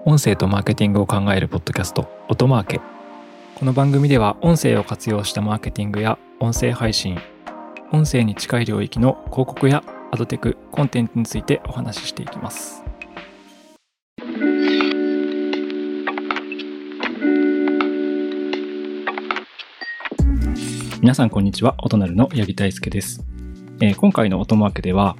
音声とマーケティングを考えるポッドキャスト音マーケ。この番組では音声を活用したマーケティングや音声配信、音声に近い領域の広告やアドテク、コンテンツについてお話ししていきます。皆さんこんにちは、音なるの八木大輔です。今回の音マーケでは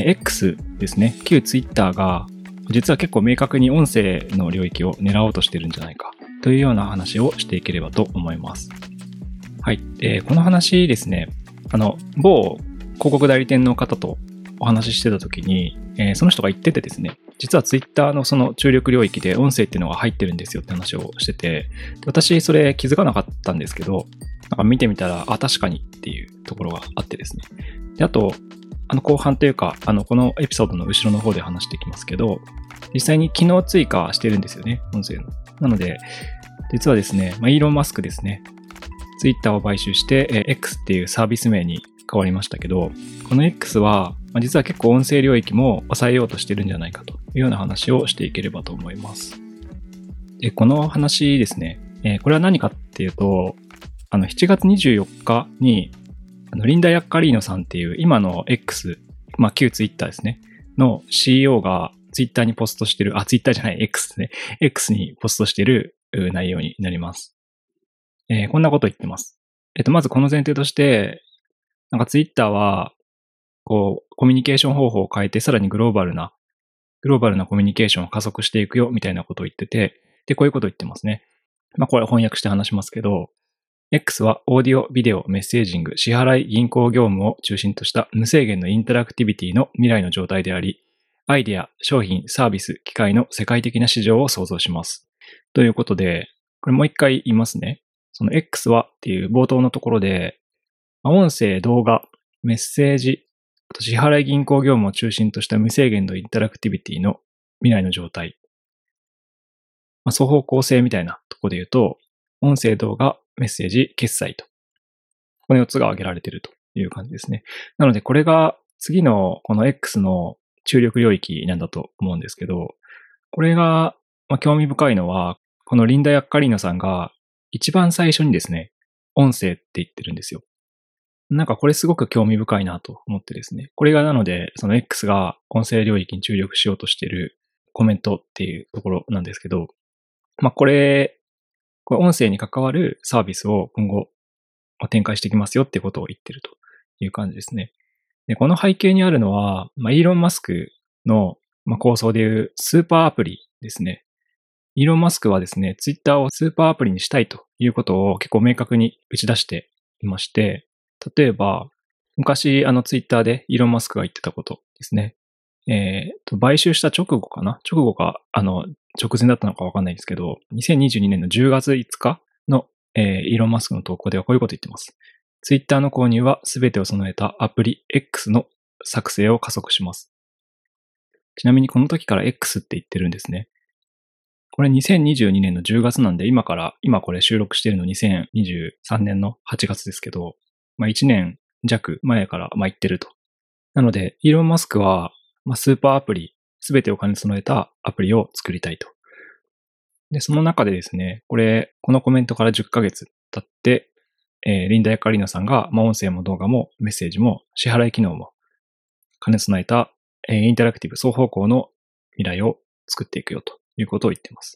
X ですね、旧 Twitter が実は結構明確に音声の領域を狙おうとしてるんじゃないかというような話をしていければと思います。はい、この話ですね、某広告代理店の方とお話ししてた時に、その人が言っててですね、実は Twitter のその注力領域で音声っていうのが入ってるんですよって話をしてて、私それ気づかなかったんですけど、なんか見てみたら確かにっていうところがあってですね。で、あと後半というかこのエピソードの後ろの方で話していきますけど、実際に機能追加してるんですよね、音声の。なので実はですね、イーロン・マスクですね、ツイッターを買収して、X っていうサービス名に変わりましたけど、この X は、実は結構音声領域も抑えようとしてるんじゃないかというような話をしていければと思います。で、この話ですね、これは何かっていうと、7月24日にリンダ・ヤッカリーノさんっていう今の X、旧ツイッターですね、の CEO がツイッターにポストしてる、ツイッターじゃない X ですね、X にポストしてる内容になります。こんなこと言ってます。まずこの前提として、なんかツイッターは、コミュニケーション方法を変えて、さらにグローバルなコミュニケーションを加速していくよ、みたいなことを言ってて、で、こういうことを言ってますね。これ翻訳して話しますけど、X はオーディオ、ビデオ、メッセージング、支払い、銀行業務を中心とした無制限のインタラクティビティの未来の状態であり、アイデア、商品、サービス、機械の世界的な市場を創造します。ということで、これもう一回言いますね。その X はっていう冒頭のところで、音声、動画、メッセージ、支払い銀行業務を中心とした無制限のインタラクティビティの未来の状態。双方向性みたいなところで言うと、音声、動画、メッセージ、決済と。この4つが挙げられているという感じですね。なのでこれが次のこの X の注力領域なんだと思うんですけど、これが興味深いのは、このリンダ・ヤッカリーノさんが一番最初にですね、音声って言ってるんですよ。なんかこれすごく興味深いなと思ってですね。これがなので、その X が音声領域に注力しようとしているコメントっていうところなんですけど、これ音声に関わるサービスを今後展開していきますよっていうことを言ってるという感じですね。で、この背景にあるのは、イーロン・マスクの構想でいうスーパーアプリですね。イーロン・マスクはですね、ツイッターをスーパーアプリにしたいということを結構明確に打ち出していまして、例えば、昔ツイッターでイーロン・マスクが言ってたことですね。買収した直後かな、直後か、直前だったのかわかんないですけど、2022年の10月5日の、イーロン・マスクの投稿ではこういうこと言ってます。ツイッターの購入は全てを備えたアプリ X の作成を加速します。ちなみにこの時から X って言ってるんですね。これ2022年の10月なんで、今これ収録してるの2023年の8月ですけど、1年弱前から言ってると。なので、イーロン・マスクはスーパーアプリ、すべてを兼ね備えたアプリを作りたいと。で、その中でですね、このコメントから10ヶ月経って、リンダ・ヤッカリーナさんが、音声も動画もメッセージも支払い機能も兼ね備えた、インタラクティブ双方向の未来を作っていくよということを言っています。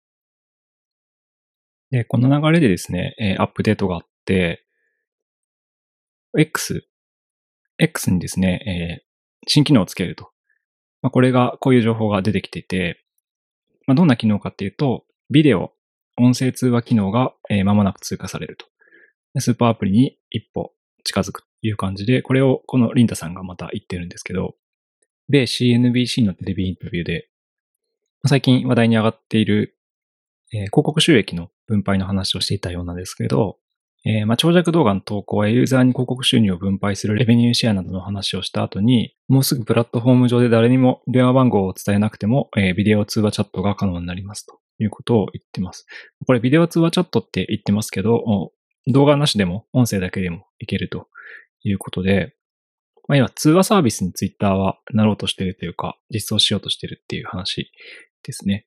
で、この流れでですね、アップデートがあって、X にですね、新機能をつけると。こういう情報が出てきていて、どんな機能かっていうと、ビデオ、音声通話機能が間もなく追加されると。スーパーアプリに一歩近づくという感じで、これをこのリンダさんがまた言ってるんですけど、米 CNBC のテレビインタビューで、最近話題に上がっている、広告収益の分配の話をしていたようなんですけど、長尺動画の投稿やユーザーに広告収入を分配するレベニューシェアなどの話をした後に、もうすぐプラットフォーム上で誰にも電話番号を伝えなくても、ビデオ通話チャットが可能になりますということを言っています。これビデオ通話チャットって言ってますけど、動画なしでも音声だけでもいけるということで、要は通話サービスにツイッターはなろうとしているというか、実装しようとしているっていう話ですね。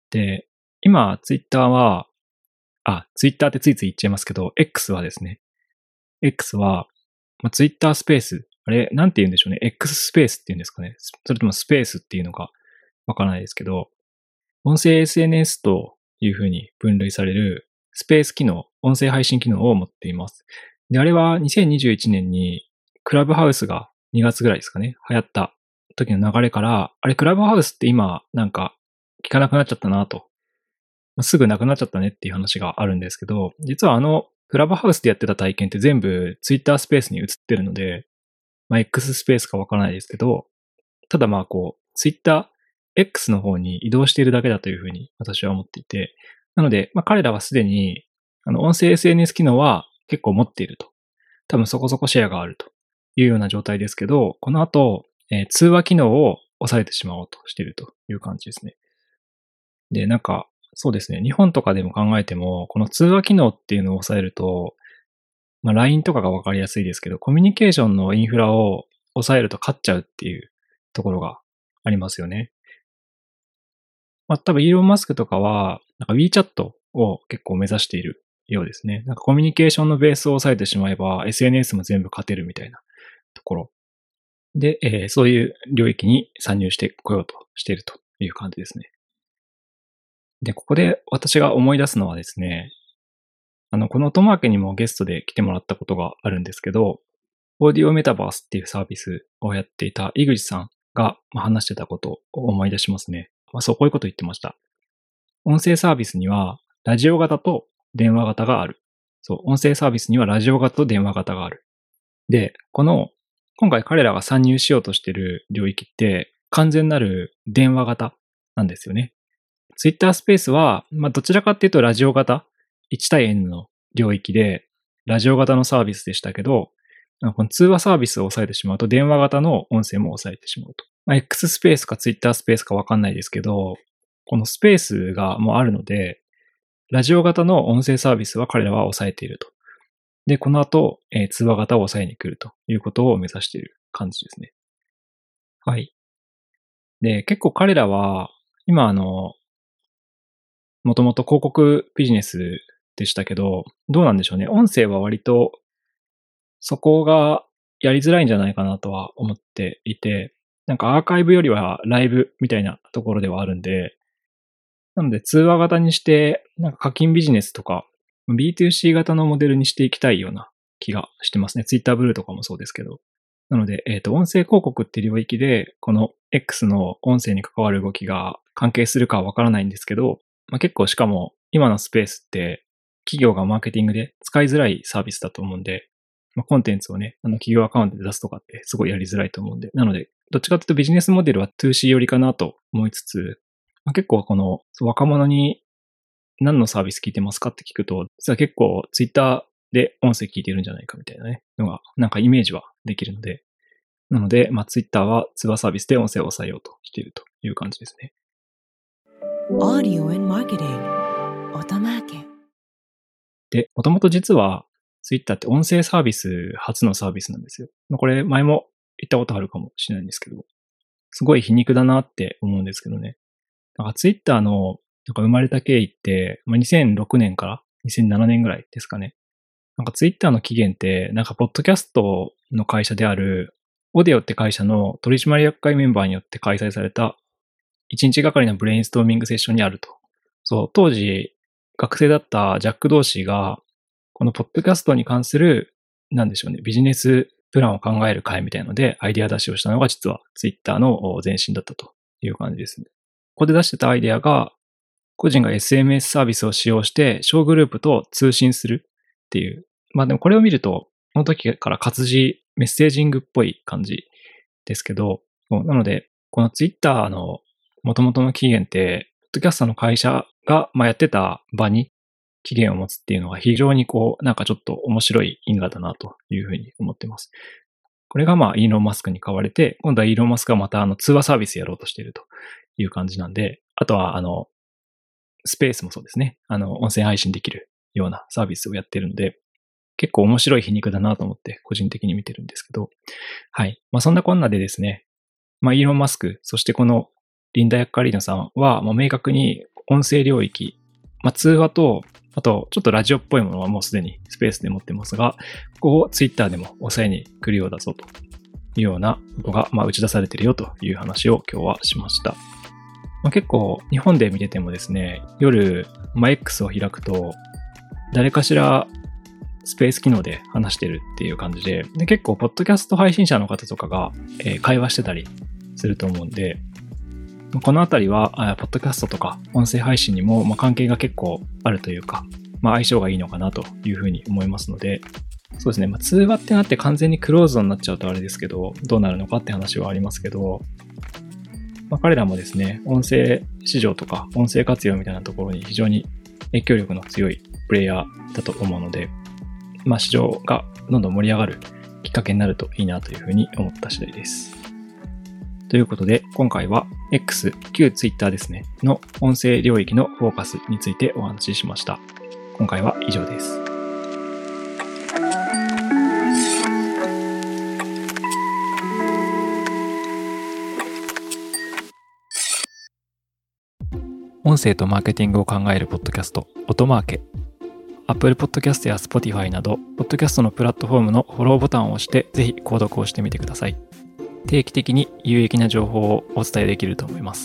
で、今、ツイッターは、ツイッターってついつい言っちゃいますけど、X はですね、X は、ツイッタースペース、あれ、なんて言うんでしょうね。X スペースって言うんですかね。それともスペースっていうのかわからないですけど、音声 SNS というふうに分類されるスペース機能、音声配信機能を持っています。で、あれは2021年にクラブハウスが2月ぐらいですかね、流行った時の流れから、あれクラブハウスって今なんか聞かなくなっちゃったなと。すぐなくなっちゃったねっていう話があるんですけど、実はクラブハウスでやってた体験って全部ツイッタースペースに移ってるので、X スペースかわからないですけど、ただツイッター、X の方に移動しているだけだというふうに私は思っていて、なので、彼らはすでに、音声 SNS 機能は結構持っていると。多分そこそこシェアがあるというような状態ですけど、この後、通話機能を抑えてしまおうとしているという感じですね。で、そうですね。日本とかでも考えても、この通話機能っていうのを抑えると、LINE とかがわかりやすいですけど、コミュニケーションのインフラを抑えると勝っちゃうっていうところがありますよね。多分イーロン・マスクとかは、WeChat を結構目指しているようですね。コミュニケーションのベースを抑えてしまえば、SNS も全部勝てるみたいなところで、そういう領域に参入してこようとしているという感じですね。で、ここで私が思い出すのはですね、このトマーケにもゲストで来てもらったことがあるんですけど、オーディオメタバースっていうサービスをやっていた井口さんが話してたことを思い出しますね。そう、こういうこと言ってました。音声サービスにはラジオ型と電話型がある。そう、音声サービスにはラジオ型と電話型がある。で、今回彼らが参入しようとしている領域って完全なる電話型なんですよね。ツイッタースペースは、どちらかっていうとラジオ型、1対 N の領域で、ラジオ型のサービスでしたけど、この通話サービスを抑えてしまうと、電話型の音声も抑えてしまうと。X スペースかツイッタースペースかわかんないですけど、このスペースがもうあるので、ラジオ型の音声サービスは彼らは抑えていると。で、この後、通話型を抑えに来るということを目指している感じですね。はい。で、結構彼らは、今もともと広告ビジネスでしたけど、どうなんでしょうね。音声は割と、そこがやりづらいんじゃないかなとは思っていて、アーカイブよりはライブみたいなところではあるんで、なので通話型にして、課金ビジネスとか、B2C 型のモデルにしていきたいような気がしてますね。Twitter ブルーとかもそうですけど。なので、音声広告って領域で、この X の音声に関わる動きが関係するかはわからないんですけど、結構しかも今のスペースって企業がマーケティングで使いづらいサービスだと思うんで、コンテンツをね、企業アカウントで出すとかってすごいやりづらいと思うんで、なので、どっちかというとビジネスモデルは 2C 寄りかなと思いつつ、結構この若者に何のサービス聞いてますかって聞くと、実は結構 Twitter で音声聞いてるんじゃないかみたいなね、のがイメージはできるので、なので、Twitter は通話サービスで音声を抑えようとしているという感じですね。 Audio and Marketing 音マーケ。 で、もともと実は Twitter って音声サービス初のサービスなんですよ。これ前も言ったことあるかもしれないんですけど、すごい皮肉だなって思うんですけどね。Twitter の生まれた経緯って、2006年から2007年ぐらいですかね。Twitter の起源って、ポッドキャストの会社であるオデオって会社の取締役会メンバーによって開催された1日がかりのブレインストーミングセッションにあると。そう、当時学生だったジャック・ドーシーが、このポッドキャストに関する、ビジネスプランを考える会みたいなのでアイデア出しをしたのが実は Twitter の前身だったという感じですね。ここで出してたアイデアが、個人が SMS サービスを使用して小グループと通信するっていう。でもこれを見ると、この時から活字、メッセージングっぽい感じですけど、なので、この Twitter の元々の起源って、ポッドキャストの会社がやってた場に起源を持つっていうのが非常にちょっと面白い因果だなというふうに思っています。これがイーロン・マスクに買われて、今度はイーロン・マスクがまた通話サービスやろうとしているという感じなんで、あとはスペースもそうですね。音声配信できるようなサービスをやってるので、結構面白い皮肉だなと思って個人的に見てるんですけど、はい。そんなこんなでですね、イーロン・マスク、そしてこのリンダ・ヤッカリーノさんは、明確に音声領域、通話と、あとちょっとラジオっぽいものはもうすでにスペースで持ってますが、ここを Twitter でも抑えに来るようだぞというようなことが打ち出されているよという話を今日はしました。結構日本で見ててもですね、夜、X を開くと誰かしらスペース機能で話してるっていう感じで、結構ポッドキャスト配信者の方とかが、会話してたりすると思うんで、このあたりはポッドキャストとか音声配信にも関係が結構あるというか、相性がいいのかなというふうに思いますので、そうですね、通話ってなって完全にクローズドになっちゃうとあれですけど、どうなるのかって話はありますけど、彼らもですね、音声市場とか音声活用みたいなところに非常に影響力の強いプレイヤーだと思うので、市場がどんどん盛り上がるきっかけになるといいなというふうに思った次第です。ということで、今回は X、旧 Twitter ですね、の音声領域のフォーカスについてお話ししました。今回は以上です。音声とマーケティングを考えるポッドキャスト、音マーケ。Apple Podcast や Spotify など、ポッドキャストのプラットフォームのフォローボタンを押して、ぜひ購読をしてみてください。定期的に有益な情報をお伝えできると思います。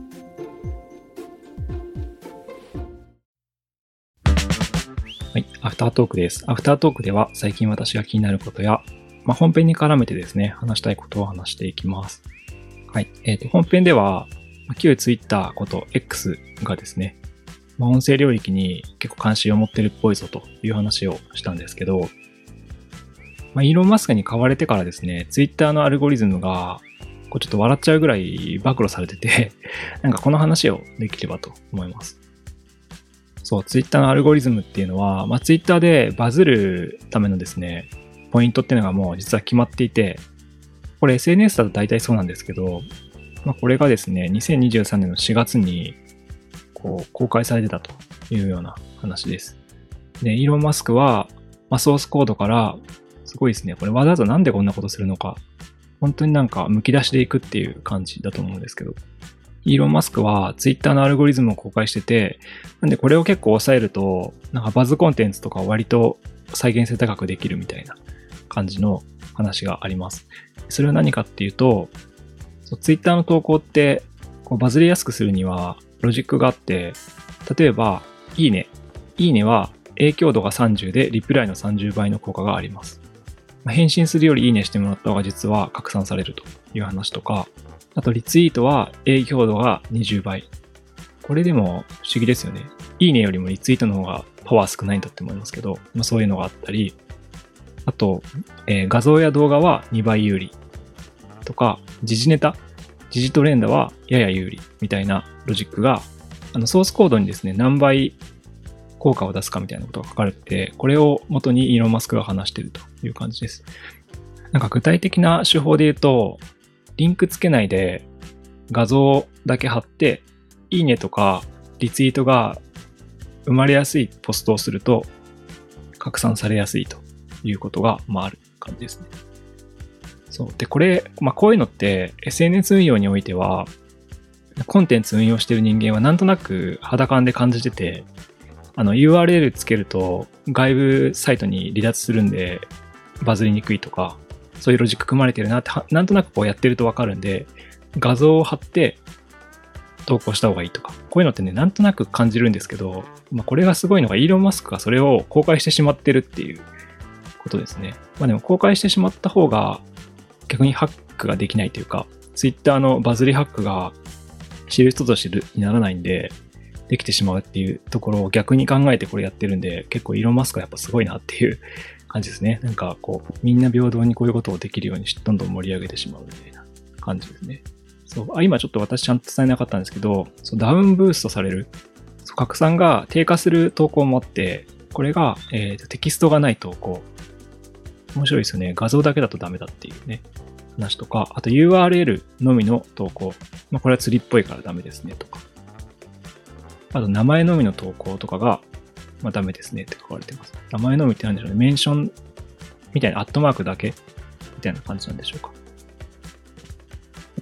はい、アフタートークです。アフタートークでは、最近私が気になることや、本編に絡めてですね、話したいことを話していきます。はい、本編では、旧 Twitter こと X がですね、音声領域に結構関心を持ってるっぽいぞという話をしたんですけど、イーロン・マスクに買われてからですね、ツイッターのアルゴリズムがちょっと笑っちゃうぐらい暴露されてて、この話をできればと思います。そう、ツイッターのアルゴリズムっていうのは、ツイッターでバズるためのですね、ポイントっていうのがもう実は決まっていて、これ SNS だと大体そうなんですけど、これがですね、2023年の4月に公開されてたというような話です。で、イーロン・マスクは、ソースコードから、すごいですね。これわざわざなんでこんなことするのか、本当に剥き出していくっていう感じだと思うんですけど、イーロン・マスクはツイッターのアルゴリズムを公開してて、なんでこれを結構抑えると、バズコンテンツとか割と再現性高くできるみたいな感じの話があります。それは何かっていうと、ツイッターの投稿ってバズりやすくするにはロジックがあって、例えば、いいねは影響度が30でリプライの30倍の効果があります。返信するよりいいねしてもらった方が実は拡散されるという話とか、あとリツイートは影響度が20倍。これでも不思議ですよね。いいねよりもリツイートの方がパワー少ないんだって思いますけど、そういうのがあったり、あと、画像や動画は2倍有利とか、時事ネタ、時事トレンドはやや有利みたいなロジックが、ソースコードにですね、何倍効果を出すかみたいなことが書かれてて、これを元にイーロン・マスクが話しているという感じです。具体的な手法で言うと、リンクつけないで画像だけ貼って、いいねとかリツイートが生まれやすいポストをすると拡散されやすいということが、ある感じですね。そう。で、これ、こういうのって SNS 運用においては、コンテンツ運用してる人間はなんとなく肌感で感じてて、URL つけると外部サイトに離脱するんでバズりにくいとか、そういうロジック組まれてるなって、なんとなくやってるとわかるんで、画像を貼って投稿した方がいいとか、こういうのってね、なんとなく感じるんですけど、これがすごいのがイーロン・マスクがそれを公開してしまってるっていうことですね。でも公開してしまった方が逆にハックができないというか、Twitter のバズりハックが知る人ぞ知るにならないんで、できてしまうっていうところを逆に考えてこれやってるんで、結構イーロン・マスクはやっぱすごいなっていう感じですね。みんな平等にこういうことをできるようにどんどん盛り上げてしまうみたいな感じですね。そう、今ちょっと私ちゃんと伝えなかったんですけど、ダウンブーストされる、拡散が低下する投稿もあって、これが、テキストがない投稿。面白いですよね。画像だけだとダメだっていうね、話とか、あと URL のみの投稿。これは釣りっぽいからダメですねとか。あと名前のみの投稿とかが、ダメですねって書かれてます。名前のみって何でしょうね。メンションみたいなアットマークだけみたいな感じなんでしょうか。あ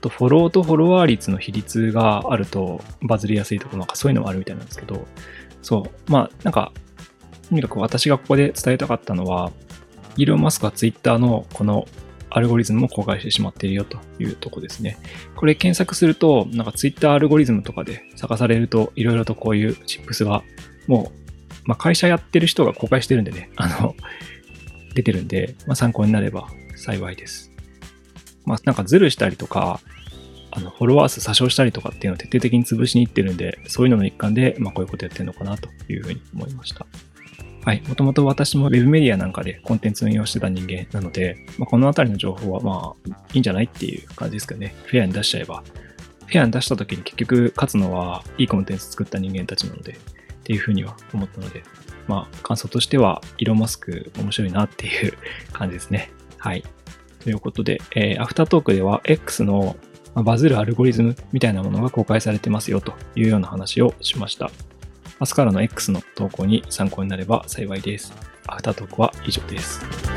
とフォローとフォロワー率の比率があるとバズりやすいとか、なんかそういうのもあるみたいなんですけど、そう、まあなんか、とにかく私がここで伝えたかったのは、イーロン・マスクはツイッターのこのアルゴリズムも公開してしまっているよというとこですね。これ検索すると、なんかツイッターアルゴリズムとかで探されると、いろいろとこういうチップスがもう、まあ、会社やってる人が公開してるんでね、出てるんで、まあ、参考になれば幸いです。まあ、なんかズルしたりとか、フォロワー数詐称したりとかっていうのを徹底的に潰しにいってるんで、そういうのの一環で、まあ、こういうことやってるのかなというふうに思いました。はい。もともと私も Web メディアなんかでコンテンツ運用してた人間なので、まあ、このあたりの情報はまあいいんじゃないっていう感じですかね。フェアに出しちゃえば。フェアに出した時に結局勝つのはいいコンテンツ作った人間たちなので、っていうふうには思ったので、まあ感想としてはイーロン・マスク面白いなっていう感じですね。はい。ということで、アフタートークでは X のバズるアルゴリズムみたいなものが公開されてますよというような話をしました。明日からの X の投稿に参考になれば幸いです。アフタートークは以上です。